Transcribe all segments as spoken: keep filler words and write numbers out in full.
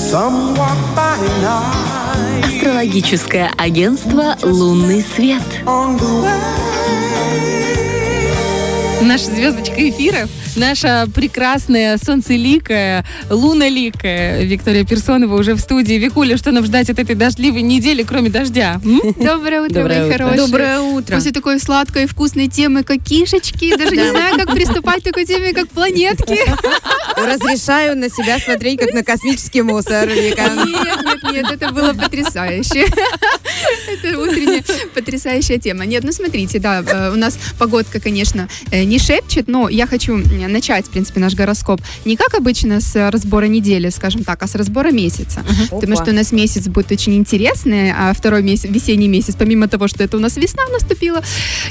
Астрологическое агентство «Лунный свет». Наша звездочка эфира, наша прекрасная солнцеликая, луноликая Виктория Персонова уже в студии. Викуля, что нам ждать от этой дождливой недели, кроме дождя? М? Доброе утро, Доброе мои утро. хорошие. Доброе утро. После такой сладкой и вкусной темы, как кишечки, даже не знаю, как приступать к такой теме, как планетки. Разрешаю на себя смотреть, как на космический мусор, Вика. Нет, нет, нет, это было потрясающе. Это утренняя потрясающая тема. Нет, ну смотрите, да, у нас погодка, конечно, не шепчет, но я хочу начать, в принципе, наш гороскоп не как обычно с разбора недели, скажем так, а с разбора месяца. Uh-huh. Потому что у нас месяц будет очень интересный, а второй месяц, весенний месяц, помимо того, что это у нас весна наступила,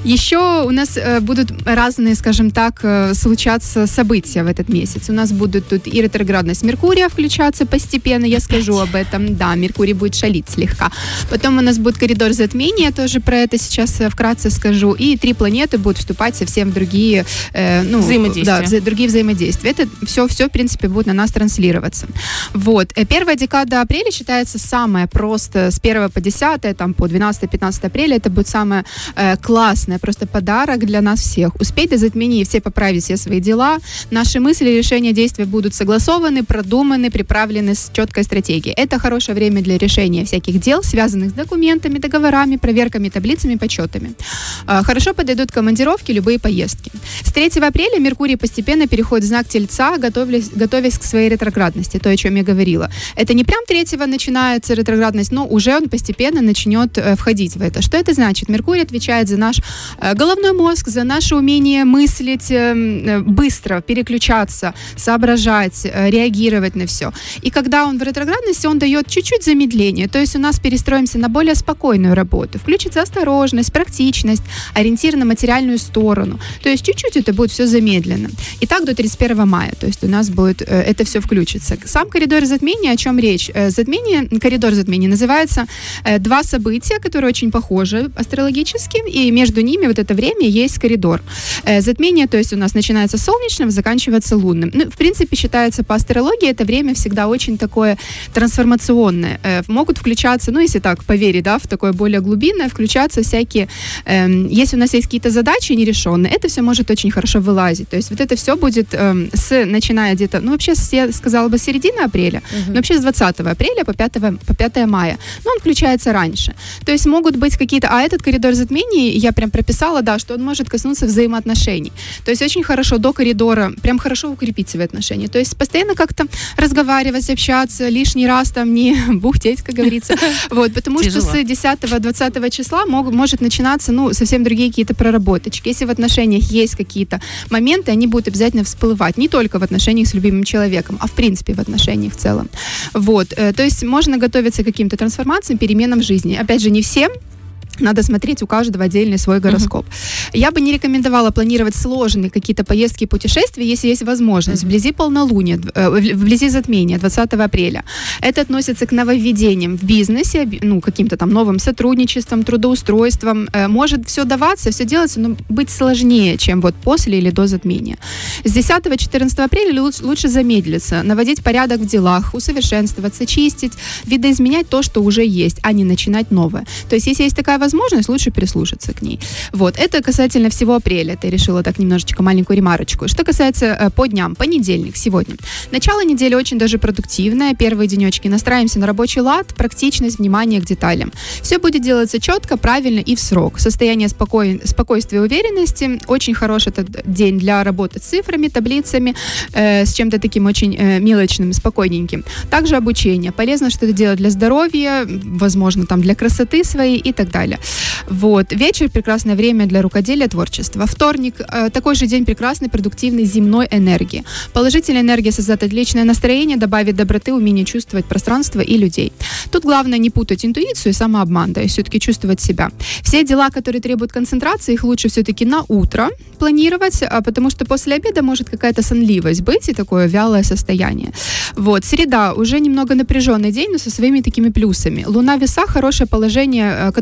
еще у нас будут разные, скажем так, случаться события в этот месяц. У нас будут тут и ретроградность Меркурия включаться постепенно, я скажу об этом. Да, Меркурий будет шалить слегка. Потом у нас будет коридор затмения, тоже про это сейчас вкратце скажу. И три планеты будут вступать совсем в другие, э, ну, взаимодействия. Да, вза- другие взаимодействия. Это все, все, в принципе, будет на нас транслироваться. Вот. Первая декада апреля считается самая просто с первого по десятое, там, по двенадцатое-пятнадцатое апреля. Это будет самое э, классное просто подарок для нас всех. Успеть до затмения и все поправить все свои дела. Наши мысли, решения, действия будут согласованы, продуманы, приправлены с четкой стратегией. Это хорошее время для решения всяких дел, связанных с документами, договорами, проверками, таблицами, подсчетами. Э, хорошо подойдут командировки, любые поездки. С третьего апреля Меркурий постепенно переходит в знак Тельца, готовясь, готовясь к своей ретроградности, то, о чем я говорила. Это не прям третьего начинается ретроградность, но уже он постепенно начнет э, входить в это. Что это значит? Меркурий отвечает за наш э, головной мозг, за наше умение мыслить, э, быстро переключаться, соображать, э, реагировать на все. И когда он в ретроградности, он дает чуть-чуть замедление, то есть у нас перестроимся на более спокойную работу, включится осторожность, практичность, ориентир на материальную сторону. То есть чуть-чуть это будет все замедленно. И так до тридцать первого мая, то есть у нас будет э, это все включится. Сам коридор затмения, о чем речь? Э, затмение, коридор затмения называется э, два события, которые очень похожи астрологически, и между ними вот это время есть коридор. Э, затмение, то есть у нас начинается с солнечным, заканчивается лунным. Ну, в принципе, считается по астрологии, это время всегда очень такое трансформационное. Э, могут включаться, ну, если так поверить, да, в такое более глубинное, включаться всякие, э, если у нас есть какие-то задачи нерешенные, это все может очень хорошо вылазить. То есть вот это все будет э, с, начиная где-то, ну, вообще, с, я сказала бы, с середины апреля, uh-huh. но вообще с двадцатого апреля по пятое, по пятое мая. Но он включается раньше. То есть могут быть какие-то... А этот коридор затмений, я прям прописала, да, что он может коснуться взаимоотношений. То есть очень хорошо до коридора, прям хорошо укрепить свои отношения. То есть постоянно как-то разговаривать, общаться, лишний раз там не бухтеть, как говорится. Вот, потому что с десятого-двадцатого числа мог, может начинаться, ну, совсем другие какие-то проработочки. Если в отношениях есть какие-то моменты, они будут обязательно всплывать. Не только в отношениях с любимым человеком, а в принципе в отношениях в целом. Вот. То есть можно готовиться к каким-то трансформациям, переменам в жизни. Опять же, не всем. Надо смотреть у каждого отдельный свой гороскоп. Uh-huh. Я бы не рекомендовала планировать сложные какие-то поездки и путешествия, если есть возможность. Uh-huh. Вблизи полнолуния, э, вблизи затмения, двадцатого апреля. Это относится к нововведениям в бизнесе, ну, каким-то там новым сотрудничеством, трудоустройством. Э, может все даваться, все делаться, но быть сложнее, чем вот после или до затмения. С десятого-четырнадцатого апреля лучше, лучше замедлиться, наводить порядок в делах, усовершенствоваться, чистить, видоизменять то, что уже есть, а не начинать новое. То есть, если есть такая возможность, возможность, лучше прислушаться к ней. Вот, это касательно всего апреля. Это я решила так немножечко маленькую ремарочку. Что касается э, по дням, понедельник, сегодня. Начало недели очень даже продуктивное. Первые денечки. Настраиваемся на рабочий лад, практичность, внимание к деталям. Все будет делаться четко, правильно и в срок. Состояние спокой... спокойствия и уверенности. Очень хороший этот день для работы с цифрами, таблицами, э, с чем-то таким очень э, мелочным, спокойненьким. Также обучение. Полезно что-то делать для здоровья, возможно, там для красоты своей и так далее. Вот. Вечер – прекрасное время для рукоделия, творчества. Вторник э, – такой же день прекрасной, продуктивной земной энергии. Положительная энергия создаст отличное настроение, добавит доброты, умение чувствовать пространство и людей. Тут главное не путать интуицию и самообман, да, и все-таки чувствовать себя. Все дела, которые требуют концентрации, их лучше все-таки на утро планировать, а потому что после обеда может какая-то сонливость быть и такое вялое состояние. Вот. Среда – уже немного напряженный день, но со своими такими плюсами. Луна в весах – хорошее положение, которое требует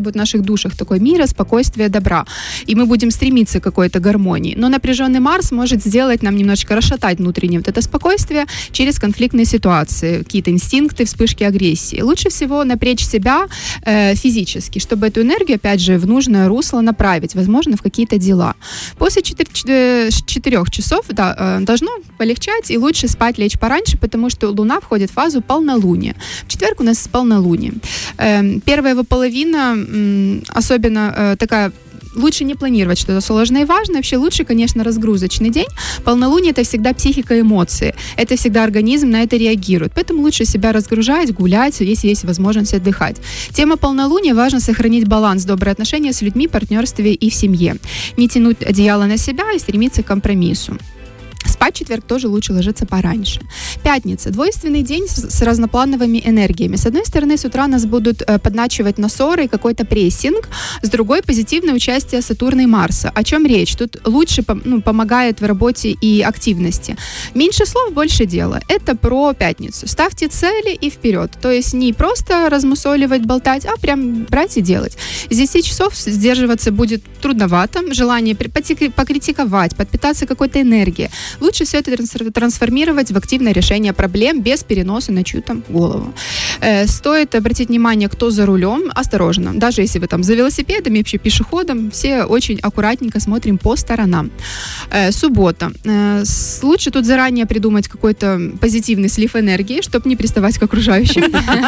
будет в наших душах такой мира, спокойствия, добра. И мы будем стремиться к какой-то гармонии. Но напряженный Марс может сделать нам немножечко расшатать внутреннее вот это спокойствие через конфликтные ситуации, какие-то инстинкты, вспышки агрессии. Лучше всего напрячь себя э, физически, чтобы эту энергию, опять же, в нужное русло направить, возможно, в какие-то дела. После четырех часов да, э, должно полегчать, и лучше спать, лечь пораньше, потому что Луна входит в фазу полнолуния. В четверг у нас полнолуние. Э, первая его половина, э, особенно э, такая, лучше не планировать что-то сложное и важное. Вообще лучше, конечно, разгрузочный день. Полнолуние — это всегда психика и эмоции. Это всегда организм на это реагирует. Поэтому лучше себя разгружать, гулять, если есть возможность отдыхать. Тема полнолуния — важно сохранить баланс, добрые отношения с людьми, партнерстве и в семье. Не тянуть одеяло на себя и стремиться к компромиссу. Спать в четверг тоже лучше ложиться пораньше. Пятница. Двойственный день с, с разноплановыми энергиями. С одной стороны, с утра нас будут э, подначивать на ссоры и какой-то прессинг. С другой, позитивное участие Сатурна и Марса. О чем речь? Тут лучше ну, помогает в работе и активности. Меньше слов, больше дела. Это про пятницу. Ставьте цели и вперед. То есть не просто размусоливать, болтать, а прям брать и делать. С десяти часов сдерживаться будет трудновато. Желание покритиковать, подпитаться какой-то энергией. Лучше все это трансформировать в активное решение проблем без переноса на чью-то голову. Э, стоит обратить внимание, кто за рулем, осторожно. Даже если вы там за велосипедом, вообще пешеходом, все очень аккуратненько смотрим по сторонам. Э, суббота. Э, лучше тут заранее придумать какой-то позитивный слив энергии, чтобы не приставать к окружающим.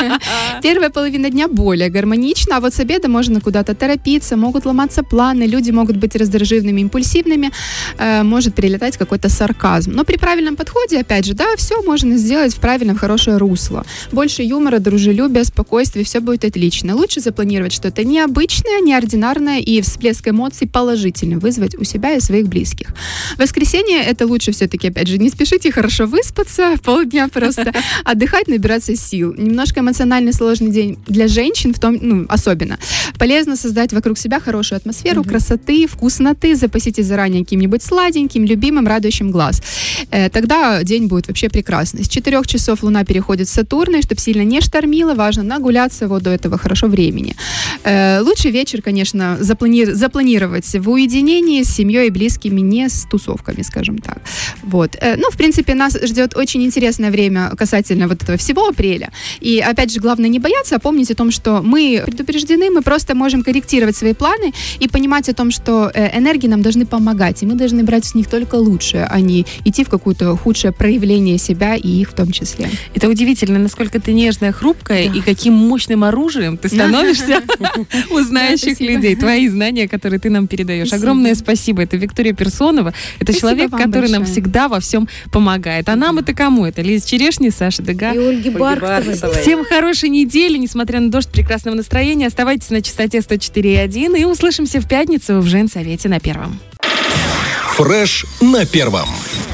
Первая половина дня более гармонична, а вот с обеда можно куда-то торопиться, могут ломаться планы, люди могут быть раздражительными, импульсивными, э, может прилетать какой-то сарказм. Но при правильном подходе, опять же, да, все можно сделать в правильном, хорошее русло. Больше юмора, дружелюбия, спокойствия, все будет отлично. Лучше запланировать что-то необычное, неординарное и всплеск эмоций положительный вызвать у себя и своих близких. Воскресенье — это лучше все-таки, опять же, не спешите хорошо выспаться, полдня просто отдыхать, набираться сил. Немножко эмоциональный сложный день для женщин, в том, ну, особенно. Полезно создать вокруг себя хорошую атмосферу, mm-hmm. красоты, вкусноты, запаситесь заранее каким-нибудь сладеньким, любимым, радующим глаз. Э, тогда день будет вообще прекрасный. С четырех часов Луна переходит в Сатурн, и чтобы сильно не штормило, важно нагуляться вот до этого хорошо времени. Э, лучше вечер, конечно, заплани- запланировать в уединении с семьей и близкими, не с тусовками, скажем так. Вот. Э, ну, в принципе, нас ждет очень интересное время касательно вот этого всего апреля. И, опять же, главное не бояться, а помнить о том, что мы предупреждены, мы просто можем корректировать свои планы и понимать о том, что э, энергии нам должны помогать, и мы должны брать с них только лучшее, а не идти в какое-то худшее проявление себя и их в том числе. Это удивительно, насколько ты нежная, хрупкая, да. И каким мощным оружием ты становишься у знающих людей. Твои знания, которые ты нам передаешь. Огромное спасибо. Это Виктория Персонова. Это человек, который нам всегда во всем помогает. А нам это кому? Это Лиза Черешни, Саша Дега и Ольги Бархатовой. Всем хорошей недели, несмотря на дождь, прекрасного настроения. Оставайтесь на частоте сто четыре и один и услышимся в пятницу в Женсовете на Первом. Фреш на Первом.